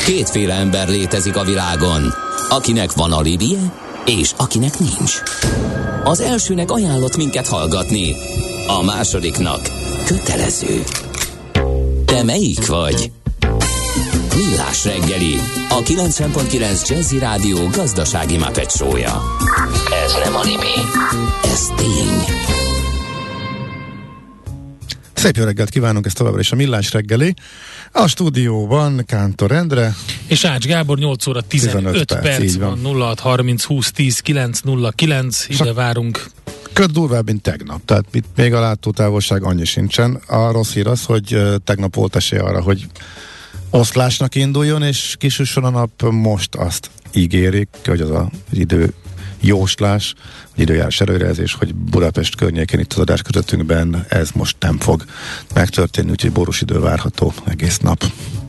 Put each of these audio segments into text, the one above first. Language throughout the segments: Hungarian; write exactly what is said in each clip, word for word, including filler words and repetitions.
Kétféle ember létezik a világon, akinek van alibije, és akinek nincs. Az elsőnek ajánlott minket hallgatni, a másodiknak kötelező. Te melyik vagy? Millás reggeli, a kilencven pont kilenc Jazzy Rádió gazdasági Muppet show-ja. Ez nem anime, ez tény. Szép jó reggelt kívánunk, ez továbbra is a Millás reggeli. A stúdióban Kántor Endre. És Ács Gábor, nyolc óra tizenöt perc, perc van, nulla hat harminc húsz tíz kilenc nulla kilenc, ide Sa- várunk. Köd durvább, mint tegnap, tehát itt még a látótávolság annyi sincsen. A rossz hír az, hogy uh, tegnap volt esély arra, hogy oszlásnak induljon, és kisüssön a nap, most azt ígérik, hogy az az idő jóslás, időjárás előrejelzés, hogy Budapest környékén itt az adás közöttünkben ez most nem fog megtörténni, úgyhogy borús idő várható egész nap.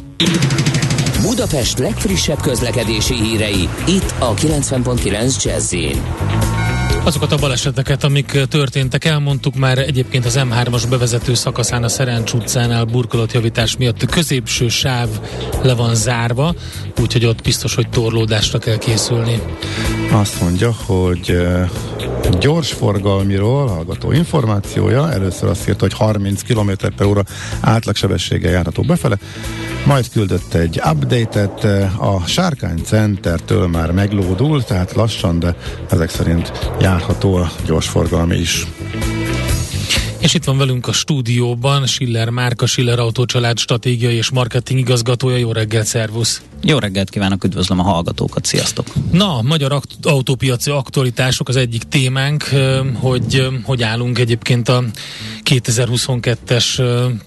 Budapest legfrissebb közlekedési hírei, itt a kilencven pont kilenc Jazz-in. Azokat a baleseteket, amik történtek, elmondtuk már. Egyébként az em hármas bevezető szakaszán a Szerencs utcánál burkolatjavítás miatt a középső sáv le van zárva, úgyhogy ott biztos, hogy torlódásra kell készülni. Azt mondja, hogy uh, gyorsforgalmiról hallgató információja, először azt írta, hogy harminc kilométer per óra átlagsebességgel járható befele, majd küldött egy update-et, a Sárkány Centertől már meglódul, tehát lassan, de ezek szerint járható a gyorsforgalmi is. És itt van velünk a stúdióban Schiller Márka, Schiller Autócsalád stratégiai és marketing igazgatója. Jó reggelt, szervusz! Jó reggelt kívánok, üdvözlöm a hallgatókat, sziasztok! Na, magyar akt- autópiaci aktualitások az egyik témánk, hogy hogy állunk egyébként a kétezer-huszonkettes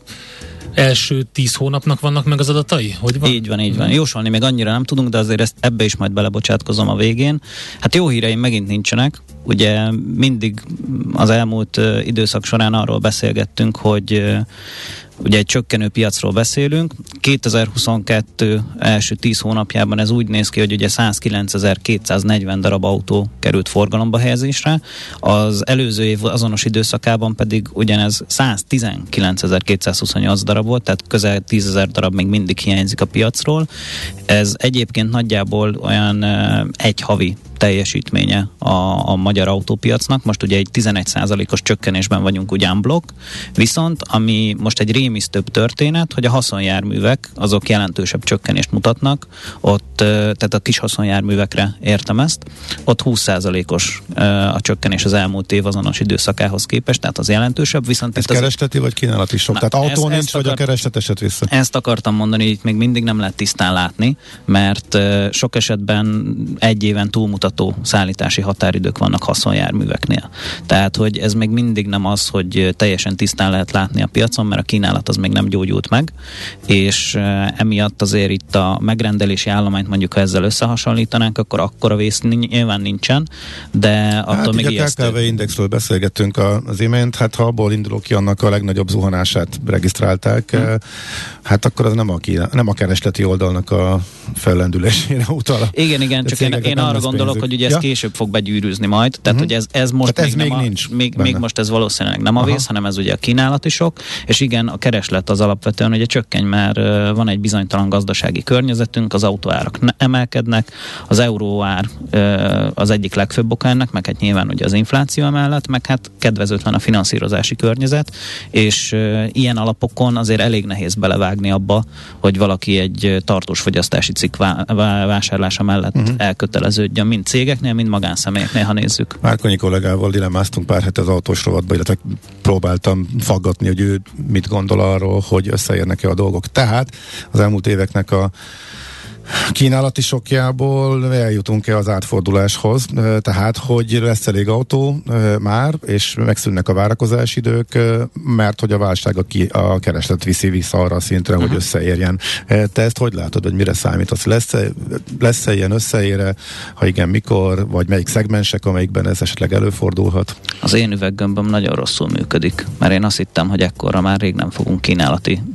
első tíz hónapnak vannak meg az adatai? Hogy van? Így van, így van. Jósolni még annyira nem tudunk, de azért ezt ebbe is majd belebocsátkozom a végén. Hát jó híreim megint nincsenek. Ugye mindig az elmúlt uh, időszak során arról beszélgettünk, hogy uh, ugye egy csökkenő piacról beszélünk. kétezer-huszonkettő első tíz hónapjában ez úgy néz ki, hogy ugye százkilencezer-kétszáznegyven darab autó került forgalomba helyezésre, az előző év azonos időszakában pedig ugyanez száztizenkilencezer-kétszázhuszonnyolc darab volt, tehát közel tízezer darab még mindig hiányzik a piacról. Ez egyébként nagyjából olyan uh, egy havi teljesítménye a, a magyar autópiacnak. Most ugye egy tizenegy százalékos csökkenésben vagyunk ugyan blokk, viszont ami most egy rémisztőbb történet, hogy a haszonjárművek azok jelentősebb csökkenést mutatnak, ott, tehát a kis haszonjárművekre értem ezt, ott húsz százalékos a csökkenés az elmúlt év azonos időszakához képest, tehát az jelentősebb, viszont ez keresleti az... vagy kínálati sok? Na, tehát autó ez, nincs, vagy akar... a kereslet eset vissza? Ezt akartam mondani, hogy itt még mindig nem lehet tisztán látni, mert uh, sok esetben egy éven túlmutat szállítási határidők vannak haszonjárműveknél. Tehát, hogy ez még mindig nem az, hogy teljesen tisztán lehet látni a piacon, mert a kínálat az még nem gyógyult meg, és uh, emiatt azért itt a megrendelési állományt mondjuk, ha ezzel összehasonlítanánk, akkor akkora vész nyilván nincsen, de attól hát, még ijesztő. Hát, a indexről beszélgettünk az imént, hát ha abból indulok ki, annak a legnagyobb zuhanását regisztrálták, hmm. hát akkor az nem a, kína, nem a keresleti oldalnak a fellendülésére utal. Igen, igen, csak én, én arra gondolok, hogy ugye ez ja? később fog begyűrűzni majd, tehát uh-huh. hogy ez, ez most tehát még, ez nem még a, nincs még, még most ez valószínűleg nem a vész, Aha. hanem ez ugye a kínálati sok, és igen, a kereslet az alapvetően ugye csökken, mert uh, van egy bizonytalan gazdasági környezetünk, az autóárak emelkednek, az euróár uh, az egyik legfőbb oka ennek, meg hát nyilván ugye az infláció mellett, meg hát kedvezőtlen a finanszírozási környezet, és uh, ilyen alapokon azért elég nehéz belevágni abba, hogy valaki egy tartós fogyasztási cikk vá- vásárlása mellett uh-huh. elköteleződjön, mind cégeknél, mind magánszemélyeknél, ha nézzük. Márkonyi kollégával dilemmáztunk pár hete az autós rovatba, illetve próbáltam faggatni, hogy ő mit gondol arról, hogy összeérnek-e a dolgok. Tehát az elmúlt éveknek a kínálati sokjából eljutunk-e az átforduláshoz, tehát hogy lesz elég autó már, és megszűnnek a várakozási idők, mert hogy a válság a, ki, a kereslet viszi vissza arra a szintre, uh-huh. hogy összeérjen. Te ezt hogy látod, hogy mire számítasz? Lesz-e, lesz-e ilyen összeére? Ha igen, mikor? Vagy melyik szegmensek, amelyikben ez esetleg előfordulhat? Az én üveggömböm nagyon rosszul működik, mert én azt hittem, hogy ekkorra már rég nem fogunk kínálati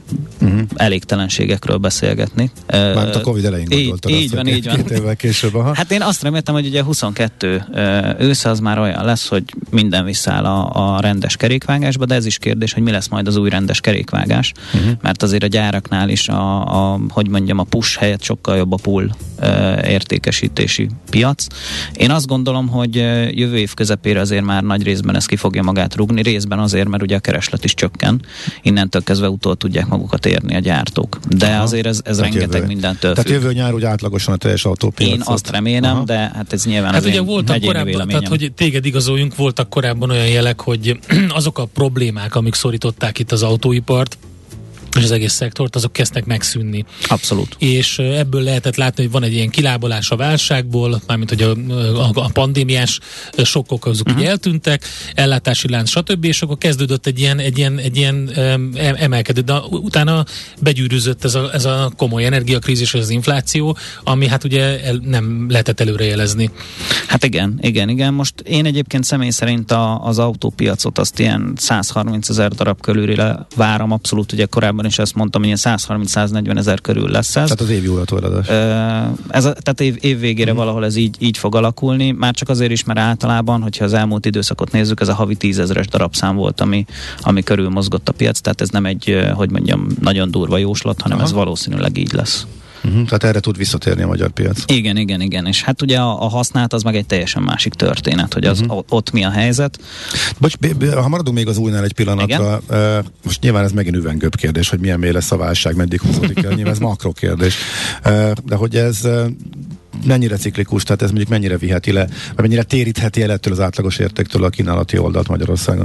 uh-huh. elégtelenségekről beszélgetni. Mármint a Covid elején gondoltad. Így, így van, így van. Két évvel később, aha. Hát én azt reméltem, hogy ugye huszonkettő ősze az már olyan lesz, hogy minden visszáll a, a rendes kerékvágásba, de ez is kérdés, hogy mi lesz majd az új rendes kerékvágás, uh-huh. mert azért a gyáraknál is a, a, hogy mondjam, a push helyett sokkal jobb a pull értékesítési piac. Én azt gondolom, hogy jövő év közepére azért már nagy részben ez ki fogja magát rúgni, részben azért, mert ugye a kereslet is csökken. Innentől kezdve utól tudják magukat érni a gyártók. De aha, azért ez, ez rengeteg jövő. mindentől függ. Tehát jövő nyár úgy átlagosan a teljes autópiacot. Én azt remélem, aha. de hát ez nyilván hát az ugye én voltak korábban, véleményem. tehát hogy téged igazoljunk, voltak korábban olyan jelek, hogy azok a problémák, amik szorították itt az autóipart, és az egész szektort, azok kezdtek megszűnni. Abszolút. És ebből lehetett látni, hogy van egy ilyen kilábalás a válságból, mármint hogy a, a, a pandémiás sokkok azok uh-huh. eltűntek, ellátási lánc, stb. És akkor kezdődött egy ilyen, egy ilyen, egy ilyen um, emelkedő, de utána begyűrűzött ez a, ez a komoly energiakrízis, az infláció, ami hát ugye el, nem lehetett előrejelezni. Hát igen, igen, igen. Most én egyébként személy szerint a, az autópiacot azt ilyen száz harminc ezer darab körülre várom, abszolút ugye korábban és ezt mondtam, hogy ilyen száz harminc száz negyven ezer körül lesz ez. Tehát az évi uratóradás. Ez a, tehát év, év végére uh-huh. valahol ez így, így fog alakulni. Már csak azért is, mert általában, hogyha az elmúlt időszakot nézzük, ez a havi tízezeres darabszám volt, ami, ami körül mozgott a piac, tehát ez nem egy, hogy mondjam, nagyon durva jóslat, hanem aha. ez valószínűleg így lesz. Uh-huh, tehát erre tud visszatérni a magyar piac. Igen, igen, igen. És hát ugye a, a használt az meg egy teljesen másik történet, hogy az uh-huh. ott mi a helyzet. Bocs, b- b- ha maradunk még az újnál egy pillanatra, uh, most nyilván ez megint üvengőbb kérdés, hogy milyen mély lesz a válság, meddig húzódik el, nyilván ez makro kérdés. Uh, de hogy ez uh, mennyire ciklikus, tehát ez mondjuk mennyire viheti le, vagy mennyire térítheti el ettől az átlagos értéktől a kínálati oldalt Magyarországon?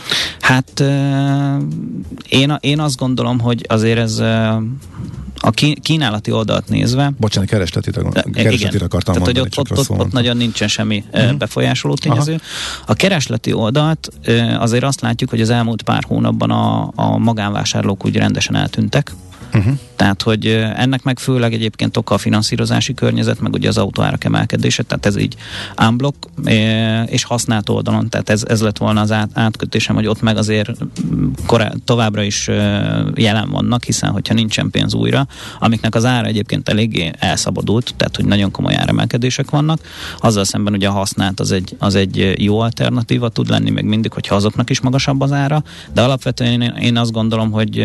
Hát uh, én, én azt gondolom, hogy azért ez uh, a kínálati oldalt nézve... Bocsánat, keresletire, keresletire akartam tehát, mondani. Hogy ott, ott, ott, ott nagyon nincsen semmi uh-huh. befolyásoló tényező. Aha. A keresleti oldalt azért azt látjuk, hogy az elmúlt pár hónapban a, a magánvásárlók úgy rendesen eltűntek. Uh-huh. Tehát, hogy ennek meg főleg egyébként oka a finanszírozási környezet, meg ugye az autóárak emelkedése, tehát ez így unblock, és használt oldalon, tehát ez, ez lett volna az át, átkötésem, hogy ott meg azért korá, továbbra is jelen vannak, hiszen hogyha nincsen pénz újra, amiknek az ára egyébként eléggé elszabadult, tehát hogy nagyon komoly áremelkedések vannak, azzal szemben ugye a használt az egy, az egy jó alternatíva tud lenni még mindig, hogyha azoknak is magasabb az ára, de alapvetően én, én azt gondolom, hogy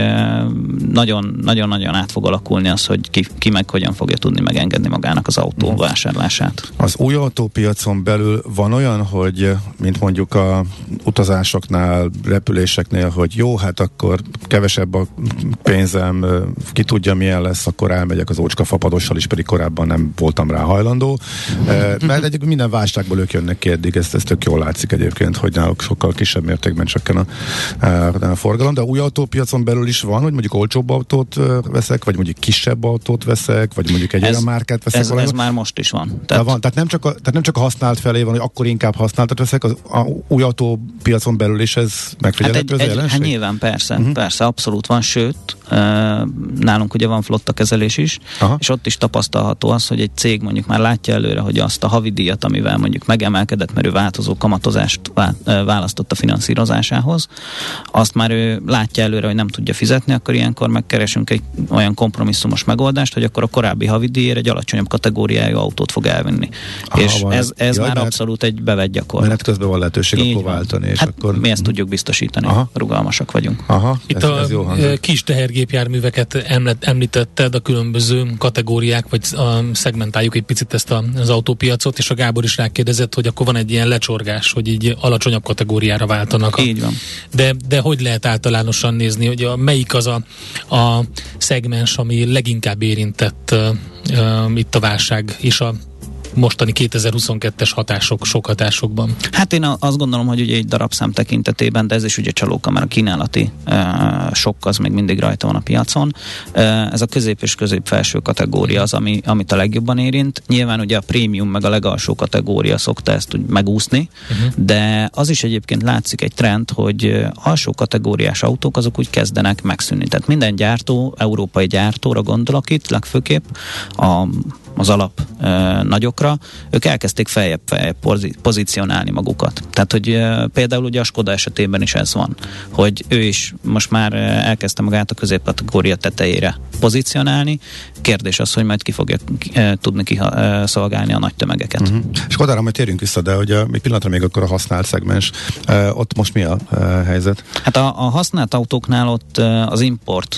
nagyon, nagyon-nagyon át fog alakulni az, hogy ki, ki meg hogyan fogja tudni megengedni magának az autó hmm. vásárlását. Az új autópiacon belül van olyan, hogy mint mondjuk a utazásoknál, repüléseknél, hogy jó, hát akkor kevesebb a pénzem, ki tudja milyen lesz, akkor elmegyek az ócska fapadossal is, pedig korábban nem voltam rá hajlandó. Mert egyébként minden válságból ők jönnek ki eddig, ez, ez tök jól látszik egyébként, hogy náluk sokkal kisebb mértékben csökken a, a, a forgalom, de új autópiacon belül is van, hogy mondjuk olcsóbb autót veszek, vagy mondjuk kisebb autót veszek, vagy mondjuk egy ez, olyan márkát veszek. Ez, ez már most is van. Tehát, van. Tehát, nem csak a, tehát nem csak a használt felé van, hogy akkor inkább használtat veszek, az a új autópiacon belül is ez megfigyelhető hát az jelenség? Hát nyilván persze, uh-huh. persze, abszolút van, sőt, uh, nálunk ugye van flotta kezelés is, aha. és ott is tapasztalható az, hogy egy cég mondjuk már látja előre, hogy azt a havidíjat, amivel mondjuk megemelkedett, mert ő változó kamatozást választott a finanszírozásához, azt már ő látja előre, hogy nem tudja fizetni, akkor ilyenkor megkeresünk egy olyan kompromisszumos megoldást, hogy akkor a korábbi havidíjért egy alacsonyabb kategóriájú autót fog elvinni. Aha, és van. ez, ez Jaj, már abszolút egy bevett gyakorlat. Menet közben van lehetőség így akkor váltani. És hát akkor... mi ezt tudjuk biztosítani. Aha. Rugalmasak vagyunk. Aha, Itt ez, a ez jó kis tehergépjárműveket említetted, a különböző kategóriák, vagy a, szegmentáljuk egy picit ezt a, az autópiacot, és a Gábor is rákérdezett, hogy akkor van egy ilyen lecsorgás, hogy így alacsonyabb kategóriára váltanak. A, így van. De, de hogy lehet általánosan nézni, hogy a, melyik az a, a szegmens, ami leginkább érintett uh, uh, itt a válság és a mostani kétezer-huszonkettes hatások, sok hatásokban? Hát én azt gondolom, hogy ugye egy darabszám tekintetében, de ez is ugye csalóka, mert a kínálati uh, sok az még mindig rajta van a piacon. Uh, ez a közép és közép-felső kategória az, ami, amit a legjobban érint. Nyilván ugye a prémium meg a legalsó kategória szokta ezt úgy megúszni, uh-huh. de az is egyébként látszik egy trend, hogy alsó kategóriás autók azok úgy kezdenek megszűnni. Tehát minden gyártó, európai gyártóra gondolok itt legfőképp, a az alap e, nagyokra, ők elkezdték feljebb, feljebb pozícionálni magukat. Tehát, hogy e, például ugye a Skoda esetében is ez van, hogy ő is most már elkezdte magát a középkategória tetejére pozícionálni. Kérdés az, hogy majd ki fogja e, tudni kiszolgálni a nagy tömegeket. Uh-huh. Skodára majd térjünk vissza, de hogy a, még pillanatra még akkor a használt szegmens, e, ott most mi a e, helyzet? Hát a, a használt autóknál ott e, az import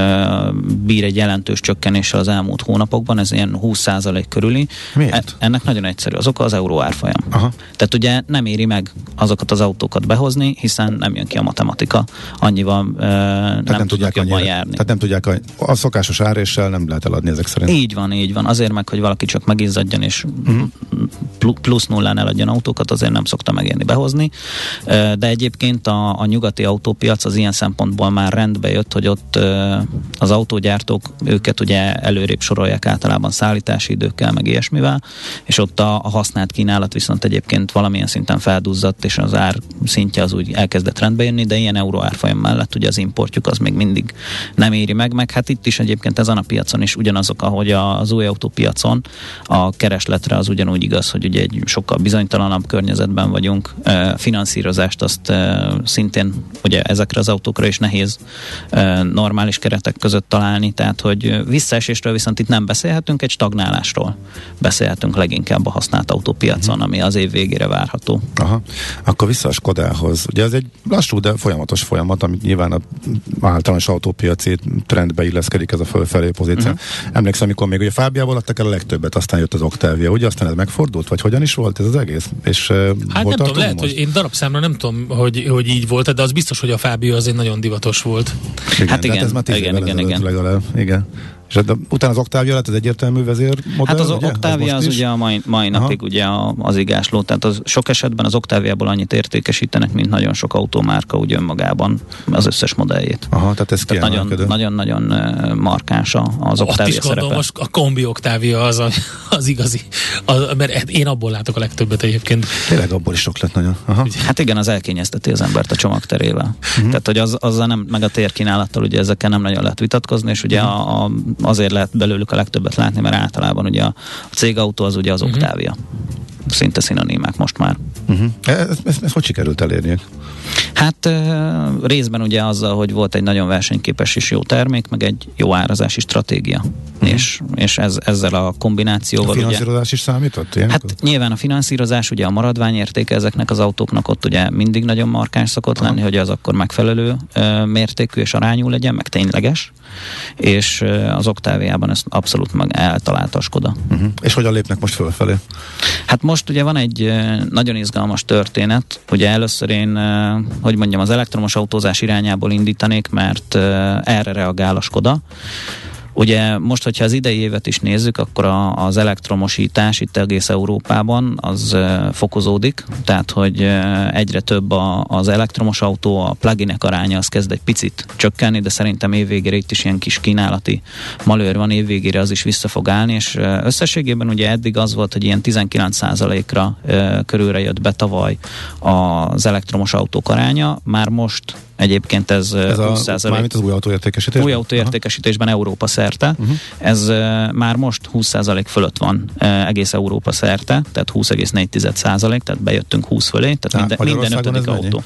bír egy jelentős csökkenéssel az elmúlt hónapokban, ez ilyen húsz százalék körüli. Miért? Ennek nagyon egyszerű, az oka az euró árfolyam. Aha. Tehát ugye nem éri meg azokat az autókat behozni, hiszen nem jön ki a matematika. Annyival uh, nem, nem tudják jobban járni. Tehát nem tudják, a, a szokásos áréssel nem lehet eladni ezek szerint. Így van, így van. Azért meg, hogy valaki csak megizzadjon és uh-huh. plusz nullán eladjon autókat, azért nem szokta megérni behozni. De egyébként a, a nyugati autópiac az ilyen szempontból már rendbe jött, hogy ott az autógyártók őket ugye előrébb sorolják általában szállítási időkkel, meg ilyesmivel, és ott a, a használt kínálat viszont egyébként valamilyen szinten felduzzadt, és az ár szintje az úgy elkezdett rendbe jönni, de ilyen euró árfolyam mellett ugye az importjuk az még mindig nem éri meg, meg hát itt is egyébként ezen a piacon is ugyanazok, ahogy az új autópiacon a keresletre az ugyanúgy igaz, hogy ugye egy sokkal bizonytalanabb környezetben vagyunk, finanszírozást azt szintén ugye ezekre az autókra is nehéz normális keretek között találni, tehát hogy visszaesésről viszont itt nem beszélhetünk, egy stagnálásról beszélhetünk leginkább a használt autópiacon, uh-huh. ami az év végére várható. Aha. Akkor vissza a Skodához. Ugye ez egy lassú, de folyamatos folyamat, amit nyilván a általános autópiaci trendbe illeszkedik ez a fölfelé pozíció. Uh-huh. Emlékszem, amikor még ugye Fábiából adtak el a legtöbbet, aztán jött az Octavia, ugye aztán ez megfordult, vagy hogyan is volt ez az egész? És, hát nem tudom, lehet, most? Hogy én darabszámra nem tudom, hogy, hogy így volt, de az biztos, hogy a Fábia azért nagyon divatos volt. Igen, hát igen, ez már tíz igen, igen, igen. Legalább, igen. És utána az Octavia lett az egyértelmű vezérmodell? Hát az ugye? Octavia az, az ugye a mai, mai napig ugye az igásló, tehát az, sok esetben az Octaviából annyit értékesítenek, mint nagyon sok autómárka úgy önmagában az összes modelljét. Aha, tehát ez nagyon, nagyon-nagyon markáns az Octavia szerepe. Ott is gondolom, most a kombi Octavia az, a, az igazi, az, mert én abból látok a legtöbbet egyébként. Tényleg abból is sok lett nagyon. Aha. Hát igen, az elkényezteti az embert a csomagterével. Uh-huh. Tehát, hogy az, azzal nem, meg a térkínálattal ugye ezekkel nem nagyon lehet vitatkozni, és ugye uh-huh. a, a azért lehet belőlük a legtöbbet látni, mert általában ugye a, a cégautó az ugye az uh-huh. Octavia. Szinte szinonimák most már. Uh-huh. Ezt ez, ez hogy sikerült elérniük? Hát e, részben ugye azzal, hogy volt egy nagyon versenyképes és jó termék, meg egy jó árazási stratégia. Uh-huh. És, és ez, ezzel a kombinációval... A finanszírozás ugye, is számított? Hát akkor? Nyilván a finanszírozás, ugye a maradványértéke ezeknek az autóknak ott ugye mindig nagyon markáns szokott uh-huh. lenni, hogy az akkor megfelelő e, mértékű és arányú legyen, meg tényleges. És e, az Octaviában ezt abszolút meg eltalálta a Skoda. Uh-huh. És hogyan lépnek most fölfelé? Hát most ugye van egy e, nagyon izgalmas történet. Ugye először én, e, hogy mondjam, az elektromos autózás irányából indítanék, mert e, erre reagál a Skoda. Ugye most, hogyha az idei évet is nézzük, akkor a, az elektromosítás itt egész Európában az e, fokozódik, tehát hogy e, egyre több a, az elektromos autó, a pluginek aránya az kezd egy picit csökkenni, de szerintem évvégére itt is ilyen kis kínálati malőr van, évvégére az is vissza fog állni, és e, összességében ugye eddig az volt, hogy ilyen tizenkilenc százalékra e, körülre jött be tavaly az elektromos autók aránya, már most egyébként ez, ez húsz százalék. Mármint az új autóértékesítésben? Új autóértékesítésben Európa szerte. Uh-huh. Ez uh, már most húsz százalék fölött van uh, egész Európa szerte, tehát húsz egész négy százalék, tehát bejöttünk húsz fölé, tehát minden, minden ötödik autó. Mennyi?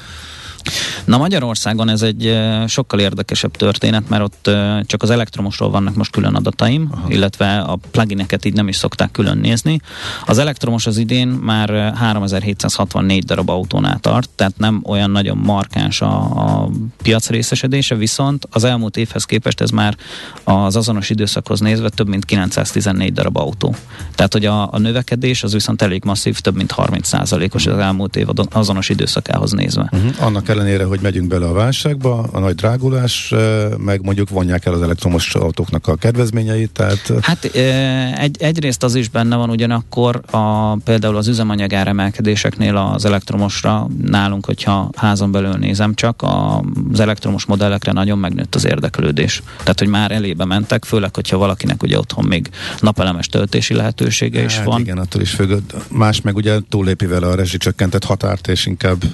Na Magyarországon ez egy uh, sokkal érdekesebb történet, mert ott uh, csak az elektromosról vannak most külön adataim, aha. illetve a plugineket így nem is szokták külön nézni. Az elektromos az idén már uh, háromezer-hétszázhatvannégy darab autónál tart, tehát nem olyan nagyon markáns a, a piac részesedése, viszont az elmúlt évhez képest ez már az azonos időszakhoz nézve több mint kilencszáztizennégy darab autó. Tehát, hogy a, a növekedés az viszont elég masszív, több mint harminc százalékos az elmúlt év azonos időszakához nézve. Uh-huh. Annak ellenére, hogy megyünk bele a válságba, a nagy drágulás, meg mondjuk vonják el az elektromos autóknak a kedvezményeit, tehát... Hát egy, egyrészt az is benne van, ugyanakkor a, például az üzemanyag emelkedéseknél az elektromosra nálunk, hogyha házon belül nézem csak, az elektromos modellekre nagyon megnőtt az érdeklődés. Tehát, hogy már elébe mentek, főleg, hogyha valakinek ugye otthon még napelemes töltési lehetősége hát is van. Igen, attól is függ. Más meg ugye túllépi vele a rezsicsökkentett határt, és inkább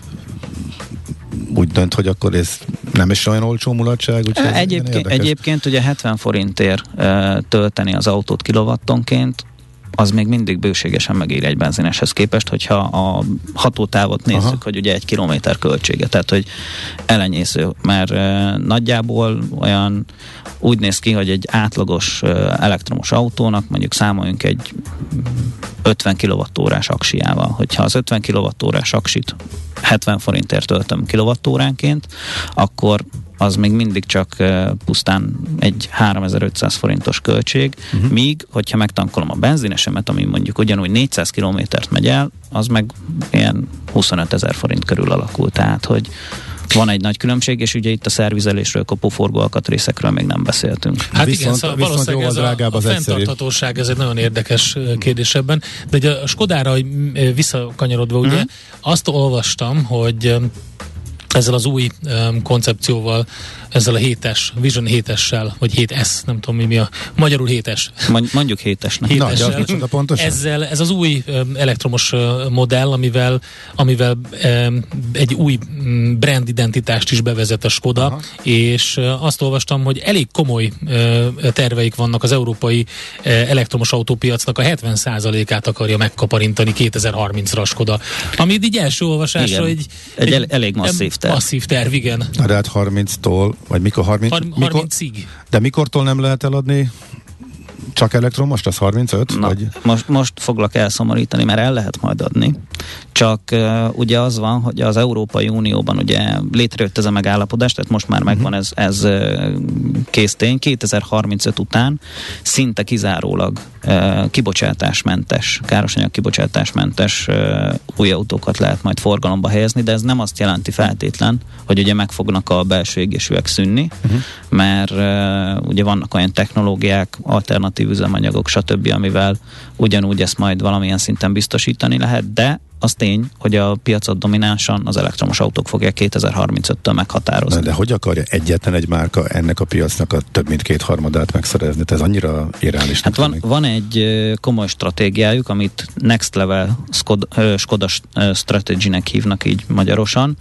úgy dönt, hogy akkor ez nem is olyan olcsó mulatság. Egyébként, egyébként ugye hetven forintért e, tölteni az autót kilowattonként, az még mindig bőségesen megér egy benzineshez képest, hogyha a hatótávot nézzük, aha, hogy ugye egy kilométer költsége, tehát hogy elenyésző, mert e, nagyjából olyan úgy néz ki, hogy egy átlagos e, elektromos autónak mondjuk számoljunk egy ötven kilowattórás aksiával. Hogyha az ötven kilowattórás aksit hetven forintért töltöm kilowattóránként, akkor az még mindig csak uh, pusztán egy háromezer-ötszáz forintos költség, uh-huh. míg, hogyha megtankolom a benzinesemet, ami mondjuk ugyanúgy négyszáz kilométert megy el, az meg ilyen huszonötezer forint körül alakul. Tehát, hogy van egy nagy különbség, és ugye itt a szervizelésről, kopóforgó alkatrészekről még nem beszéltünk. Hát viszont, igen, szóval valószínűleg ez a, a fenntarthatóság, ez egy nagyon érdekes kérdés ebben, de ugye a Skodára visszakanyarodva, ugye uh-huh. azt olvastam, hogy ezzel az új um, koncepcióval, ezzel a hétes, Vision hétessel, vagy hét es, nem tudom mi, mi a magyarul hétes. Mondjuk hétesnek. hétessel. Na, ezzel, ez az új um, elektromos uh, modell, amivel, amivel um, egy új um, brand identitást is bevezet a Skoda, aha. és uh, azt olvastam, hogy elég komoly uh, terveik vannak az európai uh, elektromos autópiacnak a hetven százalékát akarja megkaparintani kétezer-harmincra a Skoda. Ami így első olvasásra egy, egy, egy el, elég masszív terv. Masszív terv, igen. De hát harminctól, vagy mikor harminc? Har- mikor, harmincig. De mikortól nem lehet eladni csak elektromos, az harmincöt? Na, vagy? Most, most foglak elszomorítani, mert el lehet majd adni. Csak uh, ugye az van, hogy az Európai Unióban ugye létrejött ez a megállapodás, tehát most már megvan ez, ez uh, késztény. kétezer-harmincöt után szinte kizárólag uh, kibocsátásmentes, károsanyag kibocsátásmentes uh, új autókat lehet majd forgalomba helyezni, de ez nem azt jelenti feltétlen, hogy ugye meg fognak a belső égésűek szűnni, uh-huh. mert uh, ugye vannak olyan technológiák, alternatív üzemanyagok, stb., amivel ugyanúgy ezt majd valamilyen szinten biztosítani lehet, de az tény, hogy a piacot dominánsan az elektromos autók fogják kétezer-harmincöttől meghatározni. De hogy akarja egyetlen egy márka ennek a piacnak a több mint kétharmadát megszerezni? Ez annyira irreális. Hát van, van egy komoly stratégiájuk, amit Next Level Skoda, Skoda Strategy-nek hívnak így magyarosan.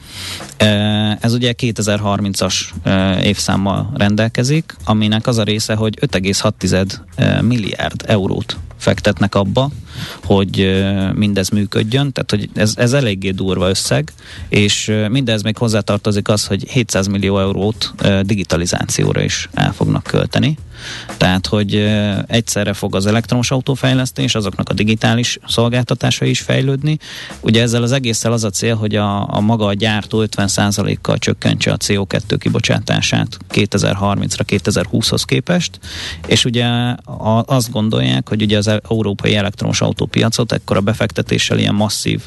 Ez ugye kétezer-harmincas évszámmal rendelkezik, aminek az a része, hogy öt egész hat milliárd eurót fektetnek abba, hogy mindez működjön, tehát hogy ez, ez eléggé durva összeg, és mindez még hozzátartozik az, hogy hétszáz millió eurót digitalizációra is el fognak költeni. Tehát, hogy egyszerre fog az elektromos autófejlesztés, azoknak a digitális szolgáltatása is fejlődni. Ugye ezzel az egésszel az a cél, hogy a, a maga a gyártó ötven százalékkal csökkentse a cé o kettő kibocsátását kétezer-harmincra kétezer-húszhoz képest, és ugye a, azt gondolják, hogy ugye az európai elektromos autópiacot ekkora befektetéssel, ilyen masszív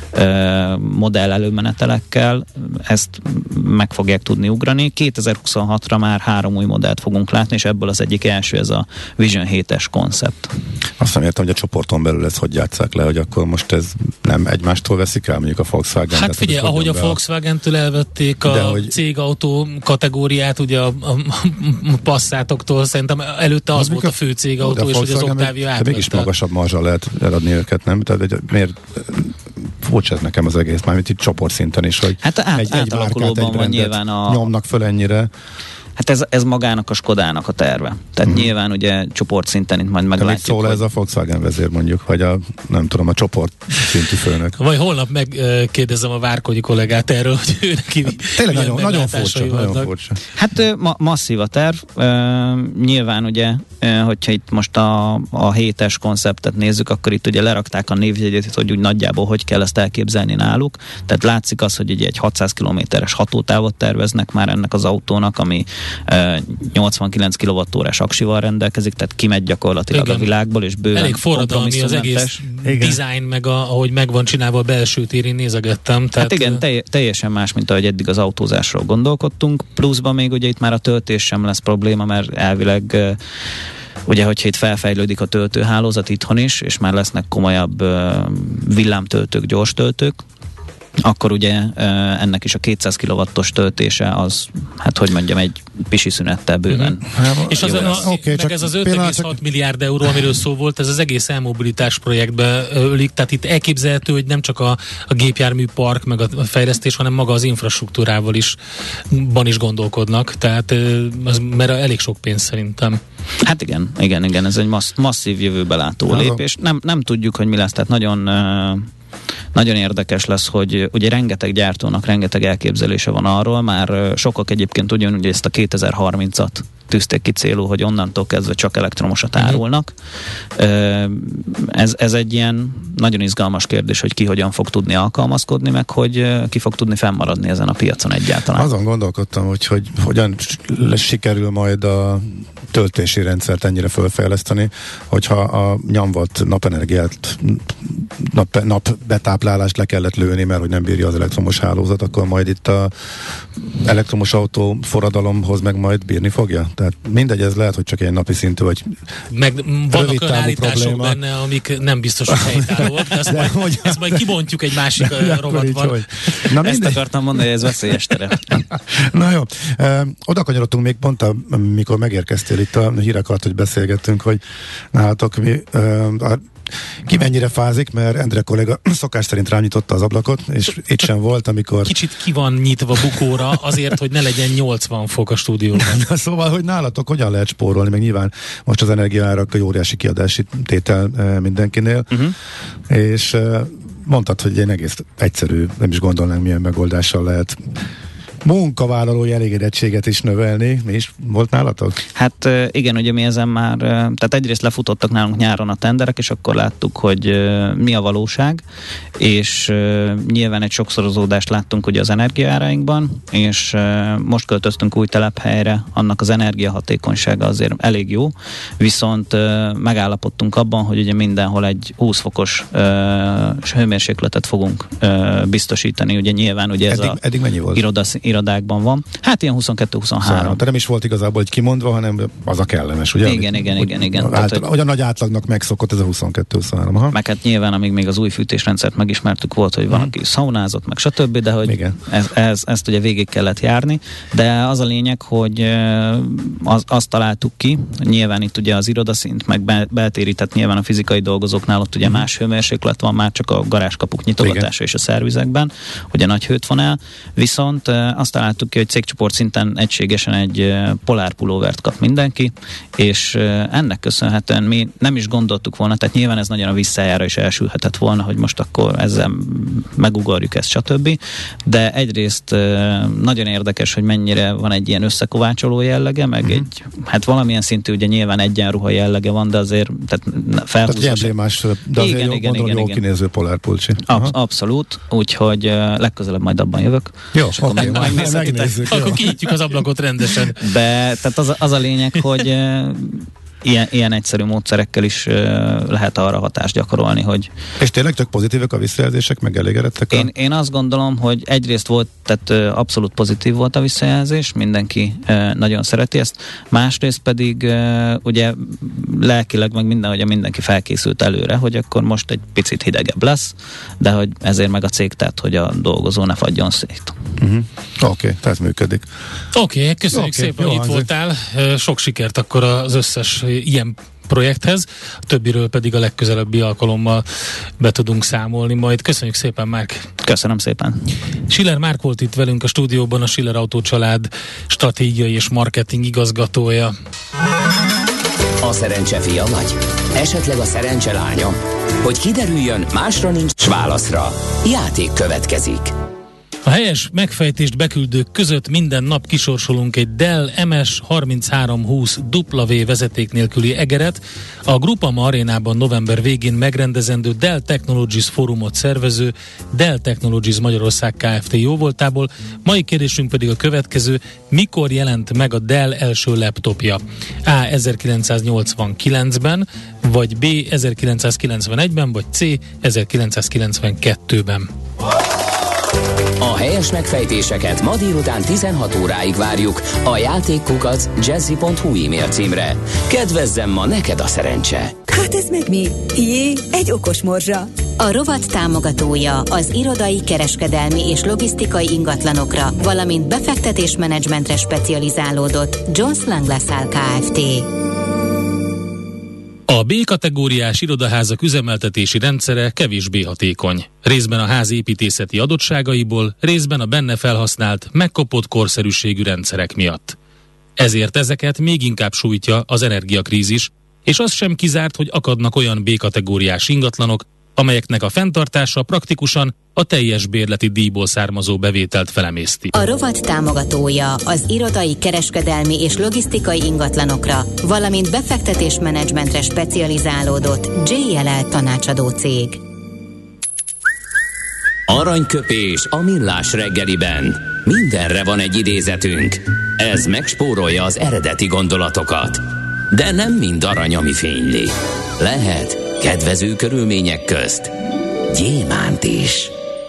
uh, modell előmenetelekkel ezt meg fogják tudni ugrani. kétezer-huszonhatra már három új modellt fogunk látni, és ebből az egyik első ez a Vision hétes koncept. Azt nem értem, hogy a csoporton belül ezt hogy játsszák le, hogy akkor most ez nem egymástól veszik el, mondjuk a Volkswagen. Hát figyelj, ahogy a Volkswagen-től elvették a hogy... cégautó kategóriát, ugye a, a, a passzátoktól, szerintem előtte az volt a fő cégautó, és hogy az Octavia átvette. De mégis magasabb marzsal lehet eladni őket, nem? Tehát egy, miért furcsa ez nekem az egész, mármint itt csoportszinten is, hogy hát át, egy, egy márkát, egy brandet a... nyomnak föl ennyire. Hát ez, ez magának a Skodának a terve. Tehát hmm. nyilván ugye csoportszinten itt majd meglátjuk. De szól hogy... ez a Volkswagen vezér mondjuk, vagy a, nem tudom, a csoport szintű főnök. Vagy holnap megkérdezem a Várkonyi kollégát erről, hogy ő neki tényleg nagyon, nagyon furcsa, nagyon furcsa. Hát ma, masszív a terv. Uh, nyilván ugye, uh, hogyha itt most a, a hétes konceptet nézzük, akkor itt ugye lerakták a névjegyet, hogy úgy nagyjából hogy kell ezt elképzelni náluk. Tehát látszik az, hogy ugye egy hatszáz kilométeres hatótávot terveznek már ennek az autónak, ami nyolcvankilenc kilowattórás aksival rendelkezik, tehát kimegy gyakorlatilag igen. a világból, és bőven elég forradalmi az egész igen. design, meg a, ahogy meg van csinálva a belső tér, én nézegettem. Tehát hát igen, telj, teljesen más, mint ahogy eddig az autózásról gondolkodtunk, pluszban még ugye itt már a töltés sem lesz probléma, mert elvileg ugye, hogyha itt felfejlődik a töltőhálózat itthon is, és már lesznek komolyabb villámtöltők, gyors töltők, akkor ugye ennek is a kétszáz kilowattos töltése az, hát hogy mondjam, egy pisi szünettel bőven. Uh-huh. És az a, okay, meg ez az öt egész hat milliárd euró, amiről szó volt, ez az egész elmobilitás projektbe ölik, tehát itt elképzelhető, hogy nem csak a, a gépjárműpark, meg a fejlesztés, hanem maga az infrastruktúrával is, ban is gondolkodnak, tehát az, mert elég sok pénz szerintem. Hát igen, igen, igen, ez egy massz, masszív jövőbe látó lépés. Nem, nem tudjuk, hogy mi lesz, tehát nagyon Nagyon érdekes lesz, hogy ugye rengeteg gyártónak rengeteg elképzelése van arról, már sokak egyébként ugyanúgy ezt a kétezer-harmincat tűzték ki célul, hogy onnantól kezdve csak elektromosat árulnak. Ez, ez egy ilyen nagyon izgalmas kérdés, hogy ki hogyan fog tudni alkalmazkodni, meg hogy ki fog tudni fennmaradni ezen a piacon egyáltalán. Azon gondolkodtam, hogy, hogy hogyan sikerül majd a töltési rendszert ennyire fölfejleszteni, hogyha a nyomvat napenergiát, nap, nap betáplálást le kellett lőni, mert hogy nem bírja az elektromos hálózat, akkor majd itt a elektromos autó forradalomhoz meg majd bírni fogja? Tehát mindegy, ez lehet, hogy csak egy napi szintű, vagy meg vannak olyan állítások benne, amik nem biztos, hogy helytállóak, de ezt, majd, hogy... ezt majd kibontjuk egy másik rovatban. Na, ezt akartam mondani, hogy ez veszélyes tere. Na jó, e, oda kanyarodtunk még pont, a, mikor megérkeztél itt a hírek alatt, hogy beszélgettünk, hogy nálatok mi e, a ki mennyire fázik, mert Endre kolléga szokás szerint rányitotta az ablakot, és itt sem volt, amikor... Kicsit ki van nyitva bukóra azért, hogy ne legyen nyolcvan fok a stúdióban. Na, szóval, hogy nálatok hogyan lehet spórolni, meg nyilván most az energiaárak egy óriási kiadási tétel mindenkinél, uh-huh. és mondtad, hogy egy egész egyszerű, nem is gondolnánk, milyen megoldással lehet munkavállalói elégedettséget is növelni. Mi is volt nálatok? Hát igen, ugye mi ezen már, tehát egyrészt lefutottak nálunk nyáron a tenderek, és akkor láttuk, hogy mi a valóság, és nyilván egy sokszorozódást láttunk ugye az energiaárainkban, és most költöztünk új telephelyre, annak az energiahatékonysága azért elég jó, viszont megállapodtunk abban, hogy ugye mindenhol egy húsz fokos hőmérsékletet fogunk biztosítani, ugye nyilván ugye ez eddig, a eddig mennyi volt? Irodasz, irodákban van. Hát ilyen huszonkettő-huszonhárom. Szóval, de nem is volt igazából egy kimondva, hanem az a kellemes, ugye? Igen, igen, hogy, igen, igen. Hogy, Tehát, hogy a nagy átlagnak megszokott ez a huszonkettő-huszonhárom. Aha. Meg hát nyilván, amíg még az új fűtésrendszert megismertük, volt, hogy van, hmm. aki szaunázott, meg stb., de hogy ez, ez, ezt ugye végig kellett járni, de az a lényeg, hogy az, azt találtuk ki, nyilván itt ugye az irodaszint, meg be, beltérített nyilván a fizikai dolgozóknál ott ugye hmm. más hőmérséklet van, már csak a garázskapuk nyitogatása és a szervizekben, ugye nagy hőt von el, viszont azt találtuk ki, hogy cégcsoport szinten egységesen egy polárpulóvert kap mindenki, és ennek köszönhetően mi nem is gondoltuk volna, tehát nyilván ez nagyon a visszájára is elsülhetett volna, hogy most akkor ezzel megugorjuk ezt, stb. De egyrészt nagyon érdekes, hogy mennyire van egy ilyen összekovácsoló jellege, meg uh-huh. egy, hát valamilyen szintű, ugye nyilván egyenruha jellege van, de azért tehát felhúzós. Tehát más, de azért igen, jó, igen, gondolom, igen, jól igen. kinéző polárpulcsi. Ab- abszolút, úgyhogy legközelebb majd abban jövök. Jó, oké, okay, meg, meg, megnézzük. Akkor kinyitjuk az ablakot rendesen. De tehát az, az a lényeg, hogy ilyen, ilyen egyszerű módszerekkel is uh, lehet arra hatást gyakorolni, hogy... És tényleg tök pozitívek a visszajelzések, meg elégedettek? A... Én, én azt gondolom, hogy egyrészt volt, tehát uh, abszolút pozitív volt a visszajelzés, mindenki uh, nagyon szereti ezt, másrészt pedig uh, ugye lelkileg meg minden, hogy mindenki felkészült előre, hogy akkor most egy picit hidegebb lesz, de hogy ezért meg a cég tett, hogy a dolgozó ne fagyjon szét. Uh-huh. Oké, okay, tehát működik. Oké, okay, köszönjük okay, szépen, hogy itt voltál. Sok sikert akkor az összes ilyen projekthez, a többiről pedig a legközelebbi alkalommal be tudunk számolni majd. Köszönjük szépen, Márk! Köszönöm szépen! Schiller Márk volt itt velünk a stúdióban, a Schiller Autó család stratégiai és marketing igazgatója. A szerencse fia vagy? Esetleg a szerencse lánya? Hogy kiderüljön, másra nincs válaszra. Játék következik. A helyes megfejtést beküldők között minden nap kisorsolunk egy Dell em es harminchárom húsz dupla vé vezeték nélküli egeret. A Groupama Arénában november végén megrendezendő Dell Technologies fórumot szervező Dell Technologies Magyarország Kft. Jóvoltából. Mai kérdésünk pedig a következő: mikor jelent meg a Dell első laptopja? A. ezerkilencszáznyolcvankilencben, vagy B. ezerkilencszázkilencvenegyben, vagy C. ezerkilencszázkilencvenkettőben. A helyes megfejtéseket ma délután tizenhat óráig várjuk a játékkukac jazzy pont hu e-mail címre. Kedvezzem ma neked a szerencse! Hát ez meg mi? Jé, egy okos morzsa! A rovat támogatója az irodai, kereskedelmi és logisztikai ingatlanokra, valamint befektetésmenedzsmentre specializálódott Jones Lang LaSalle Kft. A B-kategóriás irodaházak üzemeltetési rendszere kevésbé hatékony. Részben a ház építészeti adottságaiból, részben a benne felhasznált, megkopott korszerűségű rendszerek miatt. Ezért ezeket még inkább sújtja az energiakrízis, és az sem kizárt, hogy akadnak olyan B-kategóriás ingatlanok, amelyeknek a fenntartása praktikusan a teljes bérleti díjból származó bevételt felemészti. A rovat támogatója az irodai, kereskedelmi és logisztikai ingatlanokra, valamint befektetésmenedzsmentre specializálódott jé el el tanácsadó cég. Aranyköpés a millás reggeliben. Mindenre van egy idézetünk. Ez megspórolja az eredeti gondolatokat. De nem mind arany, ami fényli. Lehet kedvező körülmények közt gyémánt is.